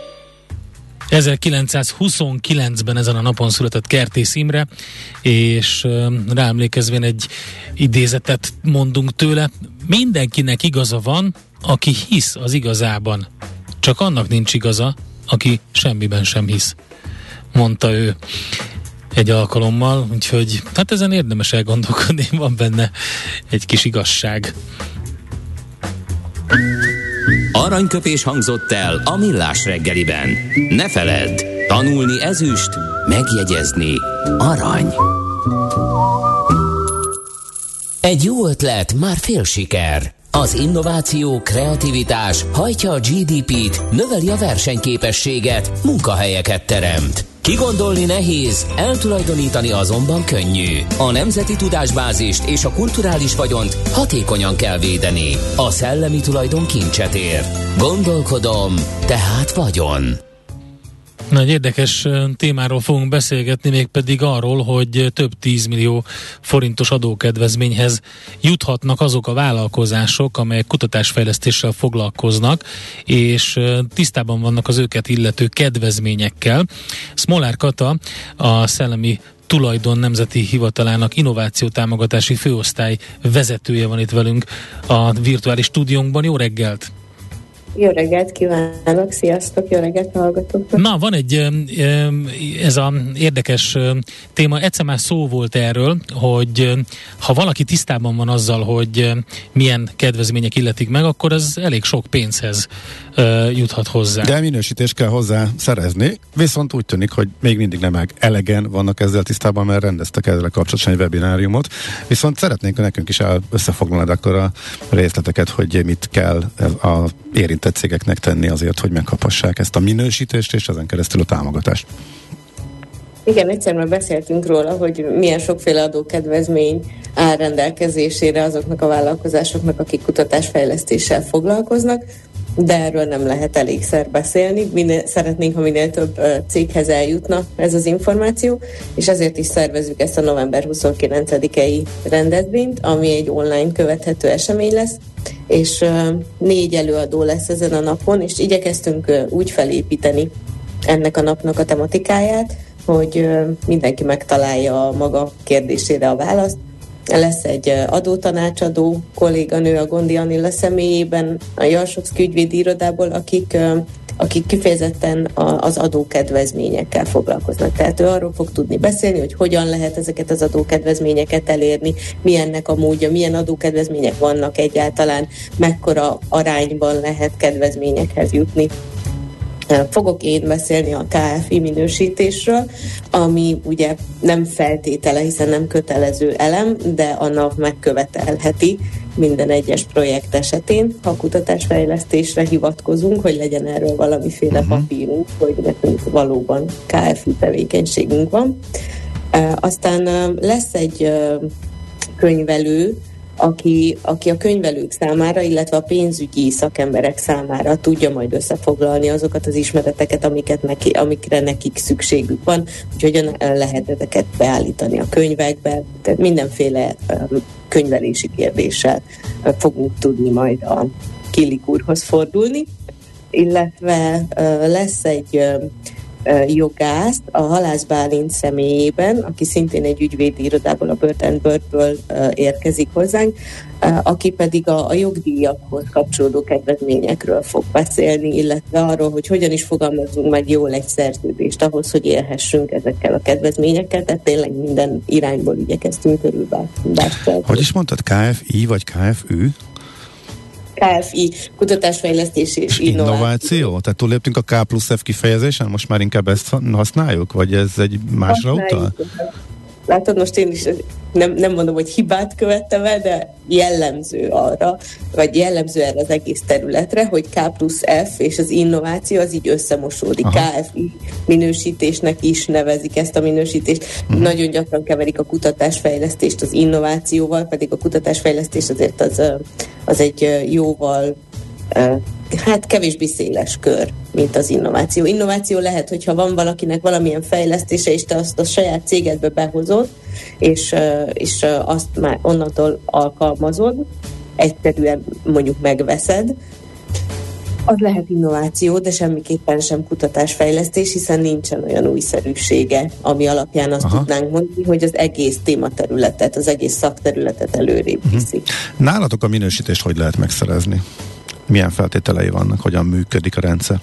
ezerkilencszázhuszonkilencben ezen a napon született Kertész Imre, és ráemlékezvén egy idézetet mondunk tőle. Mindenkinek igaza van, aki hisz az igazában. Csak annak nincs igaza, aki semmiben sem hisz, mondta ő egy alkalommal, úgyhogy hát ezen érdemes elgondolkodni, van benne egy kis igazság. Aranyköpés hangzott el a millás reggeliben. Ne feledd, tanulni ezüst, megjegyezni arany. Egy jó ötlet már fél siker. Az innováció, kreativitás hajtja a gé dé pét, növeli a versenyképességet, munkahelyeket teremt. Kigondolni nehéz, eltulajdonítani azonban könnyű. A nemzeti tudásbázist és a kulturális vagyont hatékonyan kell védeni. A szellemi tulajdon kincset ér. Gondolkodom, tehát vagyon. Na, egy érdekes témáról fogunk beszélgetni, mégpedig arról, hogy több tízmillió forintos adókedvezményhez juthatnak azok a vállalkozások, amelyek kutatásfejlesztéssel foglalkoznak, és tisztában vannak az őket illető kedvezményekkel. Smolár Kata, a Szellemi Tulajdon Nemzeti Hivatalának innovációtámogatási főosztály vezetője van itt velünk a virtuális stúdiónkban. Jó reggelt! Jó reggelt kívánok, sziasztok, jó reggelt hallgatóknak. Na, van egy ez a érdekes téma, egyszer már szó volt erről, hogy ha valaki tisztában van azzal, hogy milyen kedvezmények illetik meg, akkor az elég sok pénzhez juthat hozzá. De minősítést kell hozzá szerezni, viszont úgy tűnik, hogy még mindig nem elegen vannak ezzel tisztában, mert rendeztek ezzel kapcsolatosan egy webináriumot, viszont szeretnénk nekünk is összefoglalni akkor a részleteket, hogy mit kell a érintett cégeknek tenni azért, hogy megkaphassák ezt a minősítést és ezen keresztül a támogatást. Igen, egyszer már beszéltünk róla, hogy milyen sokféle adókedvezmény áll rendelkezésére azoknak a vállalkozásoknak, akik kutatásfejlesztéssel foglalkoznak, de erről nem lehet elégszer beszélni. Minél, szeretnénk, ha minél több uh, céghez eljutna ez az információ, és ezért is szervezzük ezt a november huszonkilencedikei rendezvényt, ami egy online követhető esemény lesz, és uh, négy előadó lesz ezen a napon, és igyekeztünk uh, úgy felépíteni ennek a napnak a tematikáját, hogy uh, mindenki megtalálja a maga kérdésére a választ. Lesz egy adótanácsadó kolléganő a Gondi Anilla személyében a Jarsovszky ügyvédi irodából, akik, akik kifejezetten az adókedvezményekkel foglalkoznak. Tehát ő arról fog tudni beszélni, hogy hogyan lehet ezeket az adókedvezményeket elérni, milyennek a módja, milyen adókedvezmények vannak egyáltalán, mekkora arányban lehet kedvezményekhez jutni. Fogok én beszélni a ká ef i minősítésről, ami ugye nem feltétele, hiszen nem kötelező elem, de a NAV megkövetelheti minden egyes projekt esetén, ha kutatásfejlesztésre hivatkozunk, hogy legyen erről valamiféle uh-huh. papírunk, hogy nekünk valóban ká ef i tevékenységünk van. Aztán lesz egy könyvelő, Aki, aki a könyvelők számára, illetve a pénzügyi szakemberek számára tudja majd összefoglalni azokat az ismereteket, amiket neki, amikre nekik szükségük van, úgyhogy hogyan lehet ezeket beállítani a könyvekbe, tehát mindenféle um, könyvelési kérdéssel uh, fogunk tudni majd a Killik úrhoz fordulni, illetve uh, lesz egy uh, jogászt a Halász Bálint személyében, aki szintén egy ügyvédi irodából, a Bird and Bird-ből érkezik hozzánk, aki pedig a, a jogdíjakhoz kapcsolódó kedvezményekről fog beszélni, illetve arról, hogy hogyan is fogalmazunk meg jól egy szerződést ahhoz, hogy élhessünk ezekkel a kedvezményekkel, tehát tényleg minden irányból igyekeztünk körülbelül. Hogy is mondtad, ká ef i vagy ká ef ü? ká ef i, kutatásfejlesztés és, és innováció. innováció. Tehát túlléptünk a K plusz F kifejezésen, most már inkább ezt használjuk, vagy ez egy másra utal? Látod, most én is nem, nem mondom, hogy hibát követtem el, de jellemző arra, vagy jellemző erre az egész területre, hogy K plusz F és az innováció az így összemosódik. Aha. ká ef i minősítésnek is nevezik ezt a minősítést. Uh-huh. Nagyon gyakran keverik a kutatásfejlesztést az innovációval, pedig a kutatásfejlesztés azért az, az egy jóval hát kevésbé széles kör, mint az innováció. Innováció lehet, hogyha van valakinek valamilyen fejlesztése, és te azt a saját cégedbe behozod, és, és azt már onnantól alkalmazod, egyszerűen mondjuk megveszed, az lehet innováció, de semmiképpen sem kutatásfejlesztés, hiszen nincsen olyan újszerűsége, ami alapján azt Aha. tudnánk mondani, hogy az egész tématerületet, az egész szakterületet előrébb viszi. Uh-huh. Nálatok a minősítést hogy lehet megszerezni? Milyen feltételei vannak, hogyan működik a rendszer?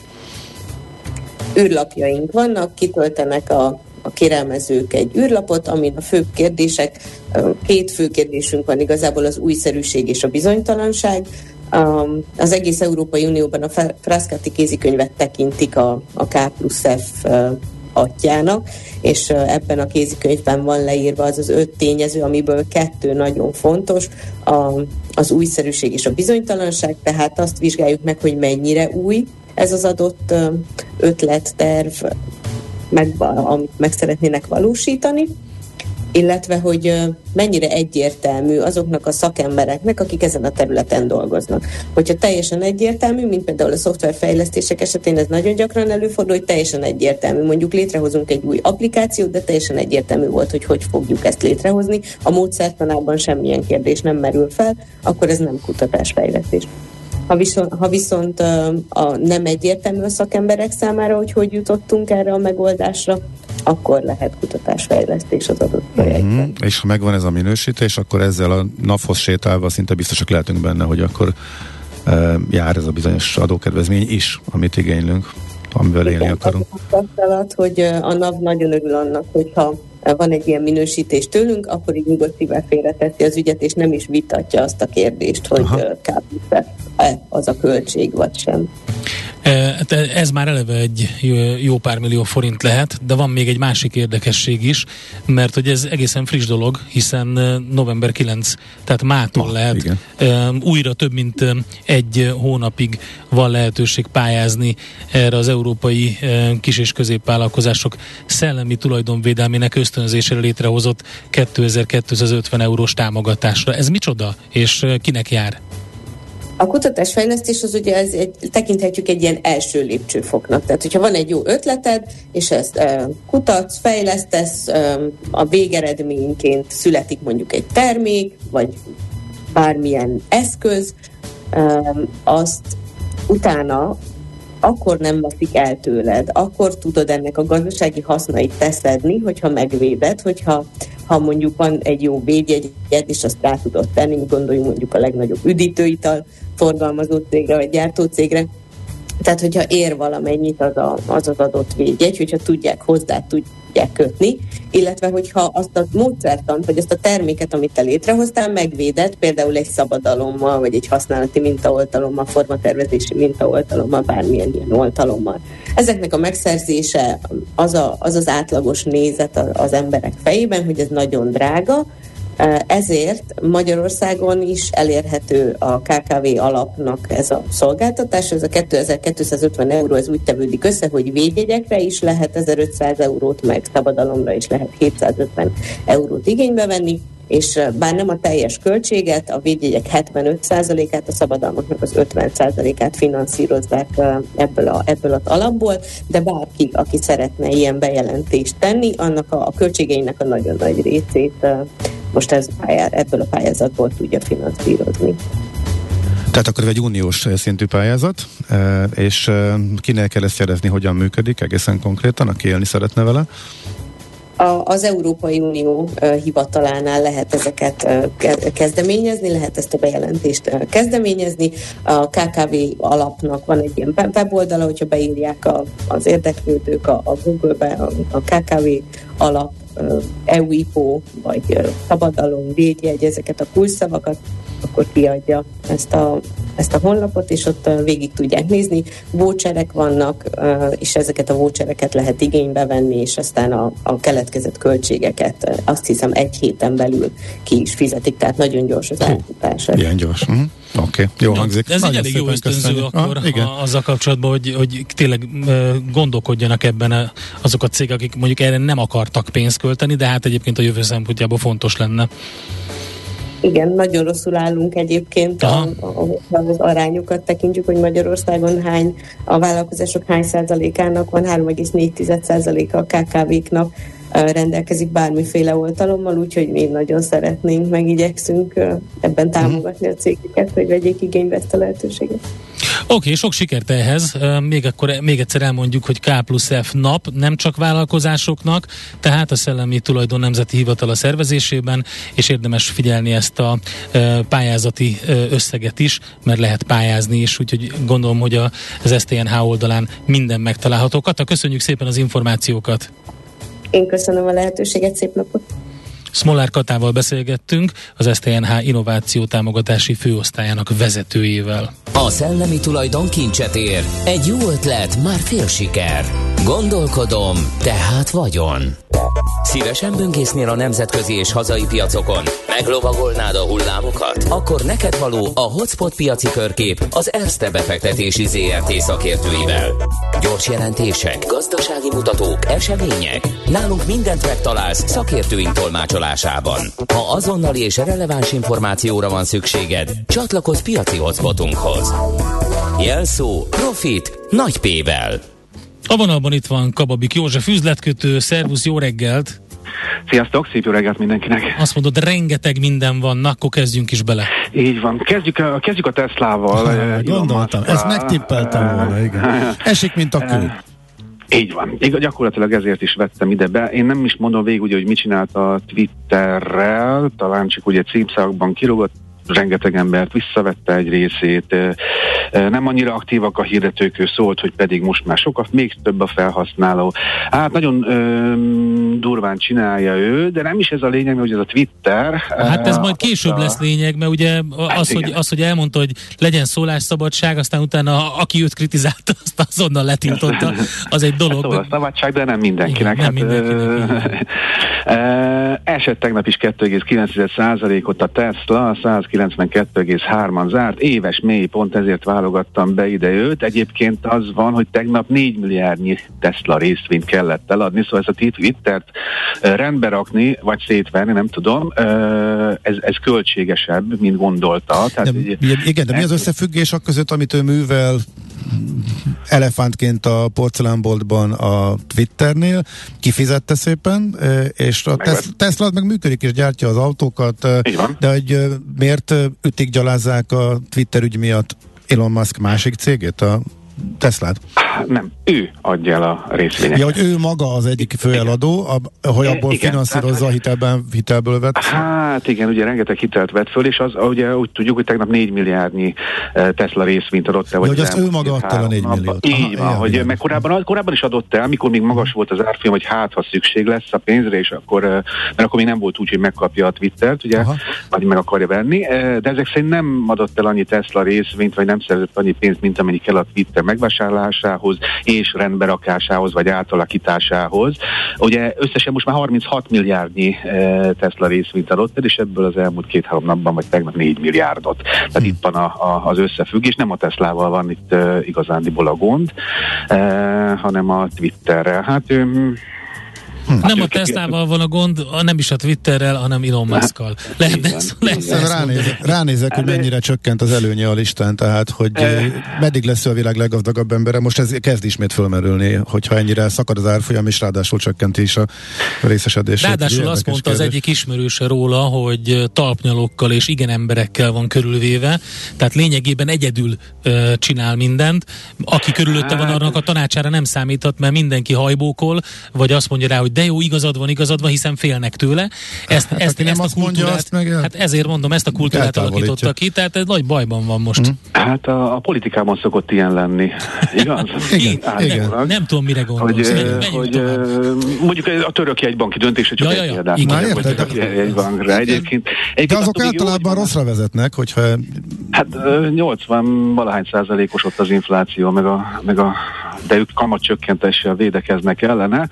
Űrlapjaink vannak, kitöltenek a, a kérelmezők egy űrlapot, amin a fő kérdések, két fő kérdésünk van igazából, az újszerűség és a bizonytalanság. Az egész Európai Unióban a Frascati kézikönyvet tekintik a, a K plusz F atyának, és ebben a kézikönyvben van leírva az az öt tényező, amiből kettő nagyon fontos, a, az újszerűség és a bizonytalanság, tehát azt vizsgáljuk meg, hogy mennyire új ez az adott ötlet, terv, meg, amit meg szeretnének valósítani, illetve, hogy mennyire egyértelmű azoknak a szakembereknek, akik ezen a területen dolgoznak. Hogyha teljesen egyértelmű, mint például a szoftverfejlesztések esetén ez nagyon gyakran előfordul, hogy teljesen egyértelmű. Mondjuk létrehozunk egy új applikációt, de teljesen egyértelmű volt, hogy hogy fogjuk ezt létrehozni. A módszertanában semmilyen kérdés nem merül fel, akkor ez nem kutatásfejlesztés. Ha viszont, ha viszont a nem egyértelmű a szakemberek számára, hogy hogy jutottunk erre a megoldásra, akkor lehet kutatásfejlesztés az adott projektben. Mm-hmm. És ha megvan ez a minősítés, akkor ezzel a naphoz sétálva szinte biztosak lehetünk benne, hogy akkor e, jár ez a bizonyos adókedvezmény is, amit igénylünk, amivel élni akarunk. Az, hogy a NAV nagyon örül annak, hogyha van egy ilyen minősítés tőlünk, akkor így nyugodt szívvel félreteszi az ügyet, és nem is vitatja azt a kérdést, hogy kábítszer-e az a költség, vagy sem. Ez már eleve egy jó pár millió forint lehet, de van még egy másik érdekesség is, mert hogy ez egészen friss dolog, hiszen november kilencedike, tehát mától ah, lehet igen. újra több mint egy hónapig van lehetőség pályázni erre az európai kis- és középvállalkozások szellemi tulajdonvédelmének ösztönzésére létrehozott kétezer-kétszázötven eurós támogatásra. Ez micsoda, és kinek jár? A kutatásfejlesztés az ugye ez egy, tekinthetjük egy ilyen első lépcsőfoknak. Tehát, hogyha van egy jó ötleted, és ezt e, kutatsz, fejlesztesz, e, a végeredményként születik mondjuk egy termék, vagy bármilyen eszköz, e, azt utána akkor nem veszik el tőled, akkor tudod ennek a gazdasági hasznait teszedni, hogyha megvéded, hogyha ha mondjuk van egy jó védjegyed, és azt rá tudod tenni, gondoljunk mondjuk a legnagyobb üdítőital forgalmazó cégre, vagy gyártócégre. Tehát, hogyha ér valamennyit az, a, az az adott védjegy, hogyha tudják hozzá, tudják kötni, illetve hogyha azt a módszertant, vagy azt a terméket, amit te létrehoztál, megvéded, például egy szabadalommal, vagy egy használati mintaoltalommal, formatervezési mintaoltalommal, bármilyen ilyen oltalommal. Ezeknek a megszerzése az a, az, az átlagos nézet az emberek fejében, hogy ez nagyon drága, ezért Magyarországon is elérhető a ká ká vé alapnak ez a szolgáltatás, ez a kétezer-kétszázötven euró, ez úgy tevődik össze, hogy védjegyekre is lehet ezerötszáz eurót, meg szabadalomra is lehet hétszázötven eurót igénybe venni, és bár nem a teljes költséget, a védjegyek hetvenöt százalékát, a szabadalmaknak az ötven százalékát finanszírozzák ebből, a, ebből az alapból, de bárki, aki szeretne ilyen bejelentést tenni, annak a, a költségeinek a nagyon nagy részét most ez pályá, ebből a pályázatból tudja finanszírozni. Tehát akkor egy uniós szintű pályázat, és kinél kell ezt jelezni, hogyan működik egészen konkrétan, aki élni szeretne vele? A, az Európai Unió uh, hivatalánál lehet ezeket uh, kezdeményezni, lehet ezt a bejelentést uh, kezdeményezni. A ká ká vé alapnak van egy ilyen weboldala, hogyha beírják a, az érdeklődők a, a Google-be a, a ká ká vé alap, uh, é u i pé o, vagy uh, szabadalom, védjegy, ezeket a kulcsszavakat, akkor kiadja ezt a, ezt a honlapot, és ott uh, végig tudják nézni. Voucherek vannak, uh, és ezeket a vouchereket lehet igénybe venni, és aztán a, a keletkezett költségeket uh, azt hiszem egy héten belül ki is fizetik, tehát nagyon gyors az átfutás. Ilyen gyors. Uh-huh. Oké, okay. Jó hangzik. Ez egy elég jó ösztönző akkor ah, azzal kapcsolatban, hogy, hogy tényleg uh, gondolkodjanak ebben a, azok a cégek, akik mondjuk erre nem akartak pénzt költeni, de hát egyébként a jövő szempontjából fontos lenne. Igen, nagyon rosszul állunk egyébként, a, a, az arányokat tekintjük, hogy Magyarországon hány, a vállalkozások hány százalékának van, három egész négy százaléka a ká ká véknak rendelkezik bármiféle oltalommal, úgyhogy mi nagyon szeretnénk, meg igyekszünk ebben támogatni a cégeket, hogy vegyék igénybe ezt a lehetőséget. Oké, okay, sok sikert ehhez. Még akkor még egyszer elmondjuk, hogy K plusz F nap nem csak vállalkozásoknak, tehát a Szellemi Tulajdon Nemzeti Hivatal a szervezésében, és érdemes figyelni ezt a pályázati összeget is, mert lehet pályázni is, úgyhogy gondolom, hogy az es té en há oldalán minden megtalálható. Kata, köszönjük szépen az információkat! Én köszönöm a lehetőséget, szép napot! Smolár Katával beszélgettünk, az es té en há innováció támogatási főosztályának vezetőjével. A szellemi tulajdon kincset ér. Egy jó ötlet, már fél siker. Gondolkodom, tehát vagyon. Szívesen böngésznél a nemzetközi és hazai piacokon? Meglovagolnád a hullámokat? Akkor neked való a Hotspot piaci körkép az Erste befektetési zé er té szakértőivel. Gyors jelentések, gazdasági mutatók, események. Nálunk mindent megtalálsz szakértőink tolmácsolásában. Ha azonnali és releváns információra van szükséged, csatlakozz piaci hotspotunkhoz. Jelszó Profit nagy P-vel. A vonalban itt van Kababik József, üzletkötő. Szervusz, jó reggelt! Sziasztok, szép jó reggelt mindenkinek! Azt mondod, rengeteg minden van, na, akkor kezdjünk is bele. Így van, kezdjük a, kezdjük a Teslával. Ha, gondoltam, ezt megtippeltem volna, igen. Esik, mint a kő. Így van. Így, gyakorlatilag ezért is vettem ide be. Én nem is mondom végig, ugye, hogy mit csinált a Twitterrel, talán csak ugye címszavakban kirúgott, rengeteg embert visszavette egy részét, nem annyira aktívak a hirdetők, ő szólt, hogy pedig most már sokat, még több a felhasználó. Hát nagyon ö, durván csinálja ő, de nem is ez a lényeg, mert ugye ez a Twitter. Hát ez majd később lesz lényeg, mert ugye az, hát hogy, az, hogy elmondta, hogy legyen szólásszabadság, aztán utána aki őt kritizálta, azt azonnal letiltotta, az egy dolog. Hát szólásszabadság, de nem mindenkinek. Igen, nem hát, mindenkinek. Ö, ö, esett tegnap is kettő egész kilenc százalékot a Tesla, százkilencvenkettő egész három zárt, éves mélypont, ezért válogattam be ide őt. Egyébként az van, hogy tegnap négy milliárdnyi Tesla részvényt kellett eladni, szóval ezt a Twittert rendbe rakni, vagy szétverni, nem tudom, ez, ez költségesebb, mint gondolta. Tehát de, így, igen, de mi az összefüggés akközött, amit ő művel elefántként a porcelánboltban a Twitternél, kifizette szépen, és a Tesla, Tesla meg működik és gyártja az autókat, de hogy miért ütik, gyalázzák a Twitter ügy miatt Elon Musk másik cégét, a Teslát? Nem, ő adja el a részvényeket. Ja, hogy ő maga az egyik főeladó, ab, hogy abból igen, finanszírozza a hitelben, hitelből vett? Hát igen, ugye rengeteg hitelt vett föl, és az, ugye úgy tudjuk, hogy tegnap négy milliárdnyi Tesla részvényt adott el. Ja, hogy azt ő maga adta el a négy milliót. Így van, hogy igen, meg korábban, korábban is adott el, mikor még magas volt az árfolyam, hogy hát, ha szükség lesz a pénzre, és akkor, mert akkor még nem volt úgy, hogy megkapja a Twittert, ugye, aha, vagy meg akarja venni, de ezek szerint nem adott el annyi Tesla részvényt, vagy nem szerzett annyi pénzt, mint amennyi kell a Twitter megvásárlásához, és rendberakásához, vagy átalakításához. Ugye összesen most már harminchat milliárdnyi e, Tesla részvényt adott el, és ebből az elmúlt két-három napban, vagy tegnap négy milliárdot. Tehát hmm. itt van a, a, az összefüggés, nem a Teslával van itt e, igazándiból a gond, e, hanem a Twitterrel. Hát ő, Nem a Teslával van a gond, nem is a Twitterrel, hanem Elon Musk-kal. Lehet, lehet ránézek, ránézek, hogy mennyire csökkent az előnye a listán, tehát hogy meddig lesz a világ leggazdagabb embere. Most ez kezd ismét fölmerülni, hogyha ennyire szakad az árfolyam, és ráadásul csökkenti is a részesedését. Ráadásul azt mondta kérdés. Az egyik ismerőse róla, hogy talpnyalókkal és igen emberekkel van körülvéve, tehát lényegében egyedül uh, csinál mindent. Aki körülötte van, annak a tanácsára nem számíthat, mert mindenki hajbókol, vagy azt mondja rá, hogy de jó, igazad van, igazad van, hiszen félnek tőle. Ezt, hát, ezt, ezt a kultúrát, azt meg el... hát ezért mondom, ezt a kultúrát alakította ki, tehát ez nagy bajban van most. Mm. Hát a, a politikában szokott ilyen lenni, igaz? igen, igen. Nem, nem tudom, mire gondolsz. Hogy, hogy mondjuk a török jegybanki döntése csak ja, egy példát. Egy bankra egyébként. De azok általában rosszra vezetnek, hogyha... Hát nyolcvan valahány százalékos ott az infláció, meg a, meg a de ők kamatcsökkentéssel védekeznek ellene.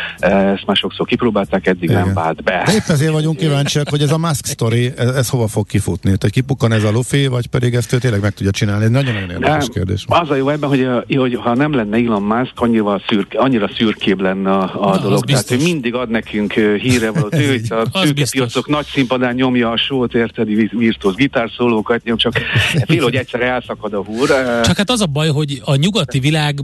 Ezt már sokszor kipróbálták, eddig igen. nem vált be. De épp ezért vagyunk kíváncsiak, hogy ez a Musk sztori, ez, ez hova fog kifutni? Tehát kipukkan ez a lufi, vagy pedig ezt ő tényleg meg tudja csinálni? Ez nagyon-nagyon érdekes kérdés. Az a jó ebben, hogy, hogy ha nem lenne Elon Musk, annyira, szürke, annyira szürkébb lenne a, a dolog. Tehát ő mindig ad nekünk híre valót. Ő itt a tőkepiacok nagy színpadán nyomja a sót, érted, virtuóz gitárszólókat nyom, csak fél, hogy egyszer elszakad a húr. Csak hát az a baj, hogy a nyugati világ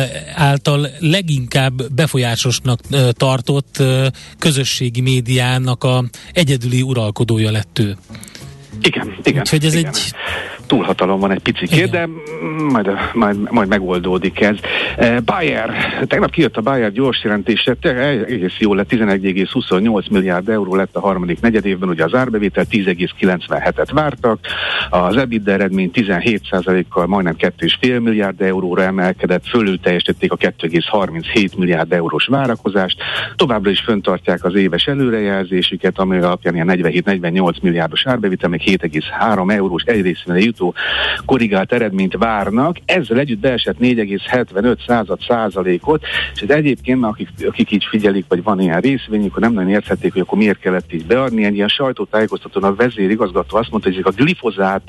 által leginkább befolyásosnak tartott közösségi médiának a egyedüli uralkodója lett ő. Igen, igen. Úgyhogy ez igen. egy... túlhatalom van egy picikét, de majd, majd, majd megoldódik ez. Bayer, tegnap kijött a Bayer gyors jelentése, egész jó lett, tizenegy egész huszonnyolc milliárd euró lett a harmadik negyedévben, ugye az árbevétel tíz egész kilencvenhetet vártak, az EBITDA eredmény tizenhét százalékkal majdnem két egész öt milliárd euróra emelkedett, fölül teljesítették a két egész harminchét milliárd eurós várakozást, továbbra is fenntartják az éves előrejelzésüket, ami alapján ilyen negyvenhét-negyvennyolc milliárdos árbevétel, még hét egész három eurós egyrészben jutó korrigált eredményt várnak, ezzel együtt beesett négy egész hetvenöt százalékot, és ez egyébként, akik, akik így figyelik, vagy van ilyen részvényük, akkor nem nagyon érthették, hogy akkor miért kellett így beadni. Egy ilyen sajtótájékoztatón a vezérigazgató azt mondta, hogy ezek a glifozát,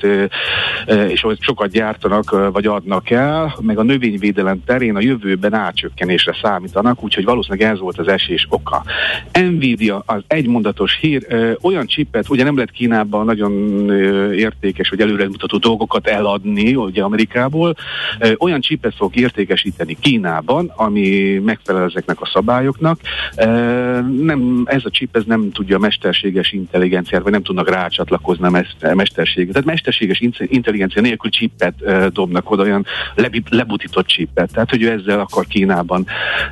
és hogy sokat gyártanak, vagy adnak el, meg a növényvédelem terén a jövőben átcsökkenésre számítanak, úgyhogy valószínűleg ez volt az esés oka. Nvidia, az egymondatos hír, olyan chipet, ugye nem lett Kínában nagyon értékes, vagy előremutató dolgokat eladni, ugye Amerikából, olyan chipet fog értékesíteni Kínában, ami megfelel ezeknek a szabályoknak. Nem, ez a chip ez nem tudja a mesterséges intelligenciát, vagy nem tudnak rácsatlakozni a mesterséget. Tehát mesterséges intelligencia nélkül chipet dobnak oda, olyan lebutított chipet. Tehát, hogy ő ezzel akar Kínában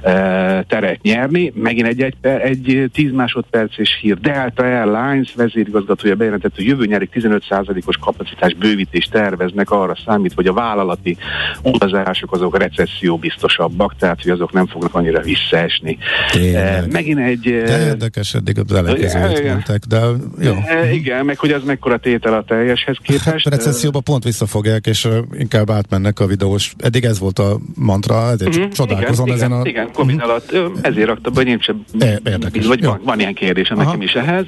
teret nyerni. Megint egy, egy, egy tíz másodperces hír. Delta Airlines vezérigazgatója bejelentett, hogy jövő nyárig tizenöt százalékos kapacitás bővítést terveznek, arra számít, hogy a vállalati utazások azok recesszió biztosabbak, tehát hogy azok nem fognak annyira visszaesni. E, megint egy... De érdekes, eddig az ellenkezőt mondták, de jó. E, igen, meg hogy az mekkora tétel a teljeshez képest. Hát, a recesszióba pont visszafogják, és inkább átmennek a videós. Eddig ez volt a mantra, ezért uh-huh, csodálkozom igen, ezen igen, a... Igen, Covid uh-huh. alatt ezért raktam, hogy én sem... Érdekes. Vagy van, van ilyen kérdésem nekem is ehhez.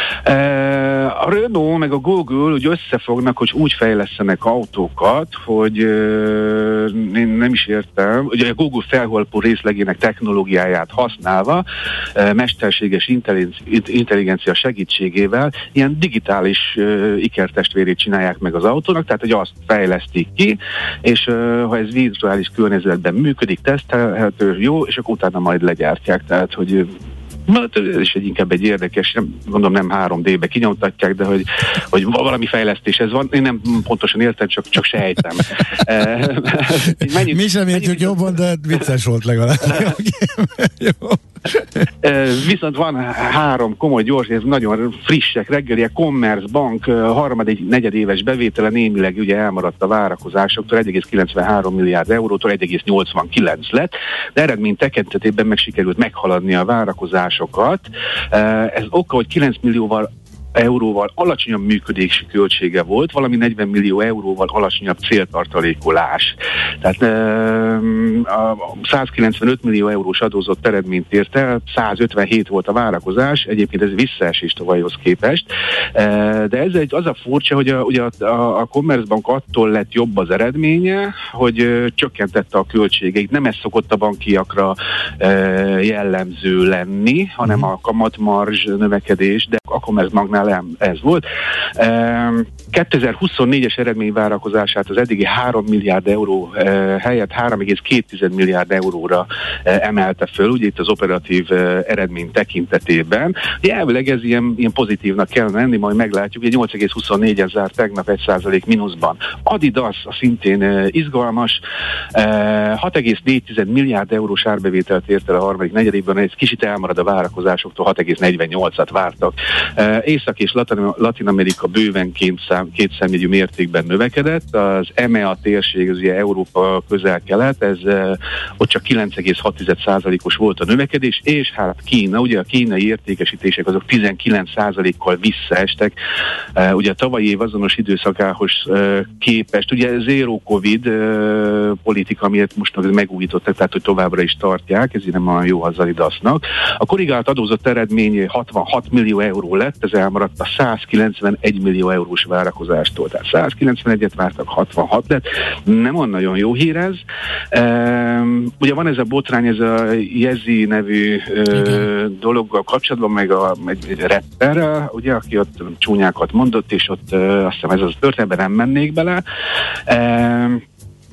E, a Renault meg a Google úgy összefognak, hogy úgy fejlesztenek autókat, hogy euh, én nem is értem, ugye a Google felhőalapú részlegének technológiáját használva, euh, mesterséges intelligencia segítségével ilyen digitális euh, ikertestvérét csinálják meg az autónak, tehát hogy azt fejlesztik ki, és euh, ha ez virtuális környezetben működik, tesztelhető, jó, és akkor utána majd legyártják, tehát hogy ez is egy, inkább egy érdekes, nem, gondolom nem három dé-be kinyomtatják, de hogy, hogy valami fejlesztés ez van. Én nem pontosan értem, csak, csak sejtem. menjünk, Mi sem értjük jobban, de vicces volt legalább. Jó. Viszont van három komoly, gyors, ez nagyon frissek reggeliek. Commerce Bank harmadik negyedéves bevétele némileg ugye elmaradt a várakozásoktól, egy egész kilencvenhárom milliárd eurótól egy egész nyolcvankilenc lett, de eredmény tekintetében meg sikerült meghaladni a várakozásokat. Ez oka, hogy kilenc millióval euróval alacsonyabb működési költsége volt, valami negyven millió euróval alacsonyabb céltartalékolás. Tehát a százkilencvenöt millió eurós adózott eredményt ért el, százötvenhét volt a várakozás, egyébként ez visszaesés tavalyhoz képest, de ez egy, az a furcsa, hogy a, ugye a, a, a Commerzbank attól lett jobb az eredménye, hogy csökkentette a költségeit. Nem ez szokott a bankiakra jellemző lenni, hanem a kamatmarzs növekedés, de a Commerzbanknál ez volt. kétezer-huszonnégyes eredményvárakozását az eddigi három milliárd euró helyett három egész két milliárd euróra emelte föl, ugye itt az operatív eredmény tekintetében. Elvileg ez ilyen, ilyen pozitívnak kellene lenni, majd meglátjuk, hogy nyolc egész huszonnégyen zárt tegnap egy százalék mínuszban. Adidas szintén izgalmas, hat egész négy milliárd eurós árbevételt ért el a harmadik negyedében, ez kicsit elmarad a várakozásoktól, hat egész negyvennyolcat vártak. Észak és Latin Amerika bőven kétszámjegyű mértékben növekedett, az e em e á térség, az ugye Európa közel-kelet, ez ott csak kilenc egész hat százalékos volt a növekedés, és hát Kína, ugye a kínai értékesítések azok tizenkilenc százalékkal visszaestek, ugye a tavalyi év azonos időszakához képest, ugye zero covid politika miatt most megújították, tehát hogy továbbra is tartják, ez nem olyan jó az Adidasnak. A korrigált adózott eredmény hatvanhat millió euró lett, ez elmaradt a százkilencvenegy millió eurós várakozástól, tehát százkilencvenegyet vártak, hatvanhat lett, nem olyan nagyon jó hír ez. Um, ugye van ez a botrány, ez a Jezi nevű uh, dologgal kapcsolatban, meg a, egy, egy rapper, ugye, aki ott csúnyákat mondott, és ott uh, azt hiszem ez az történetben nem mennék bele. Um,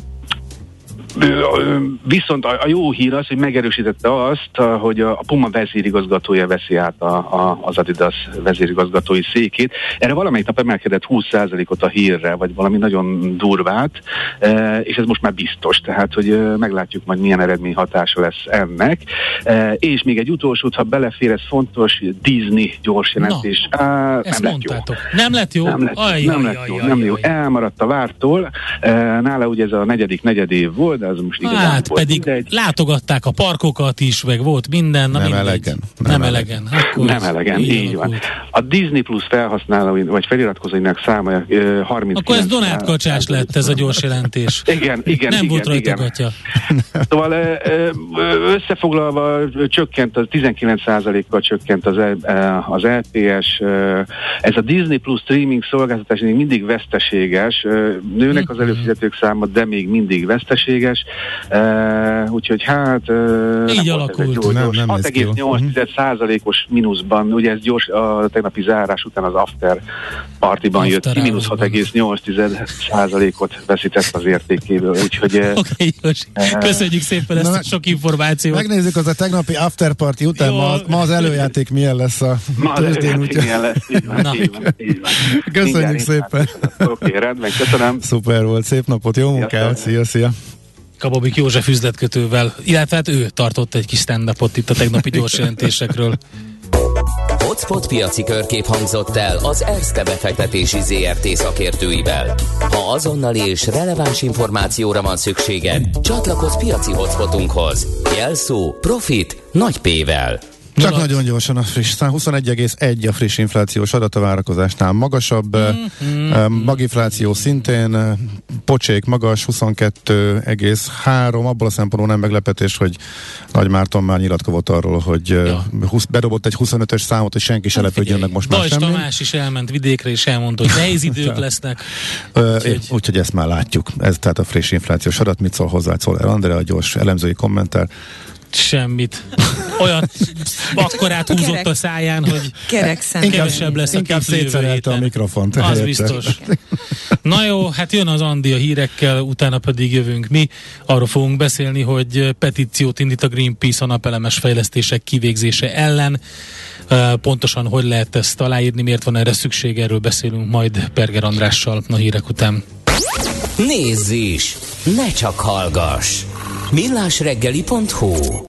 Viszont a, a jó hír az, hogy megerősítette azt, hogy a, a Puma vezérigazgatója veszi át a, a, az Adidas vezérigazgatói székét. Erre valamelyik nap emelkedett húsz százalékot a hírre, vagy valami nagyon durvát, e, és ez most már biztos, tehát, hogy e, meglátjuk majd milyen eredmény hatása lesz ennek. E, és még egy utolsót, ha belefér, ez fontos, Disney gyors jelentés. Na, Á, nem lett jó. Nem lett jó? Nem lett, aj, nem aj, lett aj, jó, aj, nem aj, jó. aj. Elmaradt a vártól. E, nála ugye ez a negyedik negyedév volt, de az most igazán hát volt pedig mindegy. Látogatták a parkokat is, meg volt minden, na nem mindegy. elegen. Nem, nem elegen. Akkor nem elegen, így, így van. A Disney Plus felhasználói, vagy feliratkozóinak száma harminckilenc. Akkor ez Donát Kacsás lett ez a gyors jelentés. Igen, igen, nem igen. volt rajta gatya. Szóval összefoglalva csökkent, az tizenkilenc százalékkal csökkent az, az el pé es. Ez a Disney Plus streaming szolgáltatás még mindig veszteséges. Nőnek az előfizetők száma, de még mindig veszteséges. Úgyhogy hát így alakult. Nem, nem hat egész nyolc százalékos mínuszban, ugye ez gyors, a tegnapi zárás után az after partiban after jött ki, mínusz hat egész nyolc százalékot veszített az értékéből, úgyhogy... Oké, okay, Józsi. Köszönjük szépen ezt a sok információt. Megnézzük az a tegnapi after party után, ma, ma az előjáték milyen lesz a tőzsdén, úgyhogy... milyen lesz, így van, így van, így van. Köszönjük Mindjárt szépen. Oké, okay, rendben, köszönöm. Szuper volt, szép napot, jó munkát, szia, szia. Kababik József üzletkötővel, illetve hát ő tartott egy kis stand-upot itt a tegnapi gyors jelentésekről. Hotspot piaci körkép hangzott el az Erste befektetési zé er té szakértőivel. Ha azonnali és releváns információra van szükséged, csatlakozz piaci hotspotunkhoz. Jelszó Profit nagy P-vel. Csak nagyon gyorsan a friss szám, huszonegy egész egy a friss inflációs adat, a várakozásnál magasabb, mm-hmm. magifláció szintén, pocsék magas, huszonkettő egész három, abból a szempontból nem meglepetés, hogy Nagy Márton már nyilatkozott arról, hogy ja. húsz, bedobott egy huszonötös számot, hogy senki se lepődjön meg most már semmi. Tamás is elment vidékre, és elmondta, hogy nehéz idők lesznek. Úgyhogy úgy, ezt már látjuk. Ez tehát a friss inflációs adat, mit szól hozzá Czoller Andrea, a gyors elemzői kommentár. Semmit. Olyan akkorát húzott a száján, hogy Kerekszem. kevesebb lesz a inkább szétszerelte a mikrofont. Az helyette. biztos. Na jó, hát jön az Andi a hírekkel, utána pedig jövünk mi. Arról fogunk beszélni, hogy petíciót indít a Greenpeace a napelemes fejlesztések kivégzése ellen. Pontosan hogy lehet ezt aláírni, miért van erre szükség, erről beszélünk majd Perger Andrással a hírek után. Nézz is! Ne csak hallgass! millásreggeli pont hu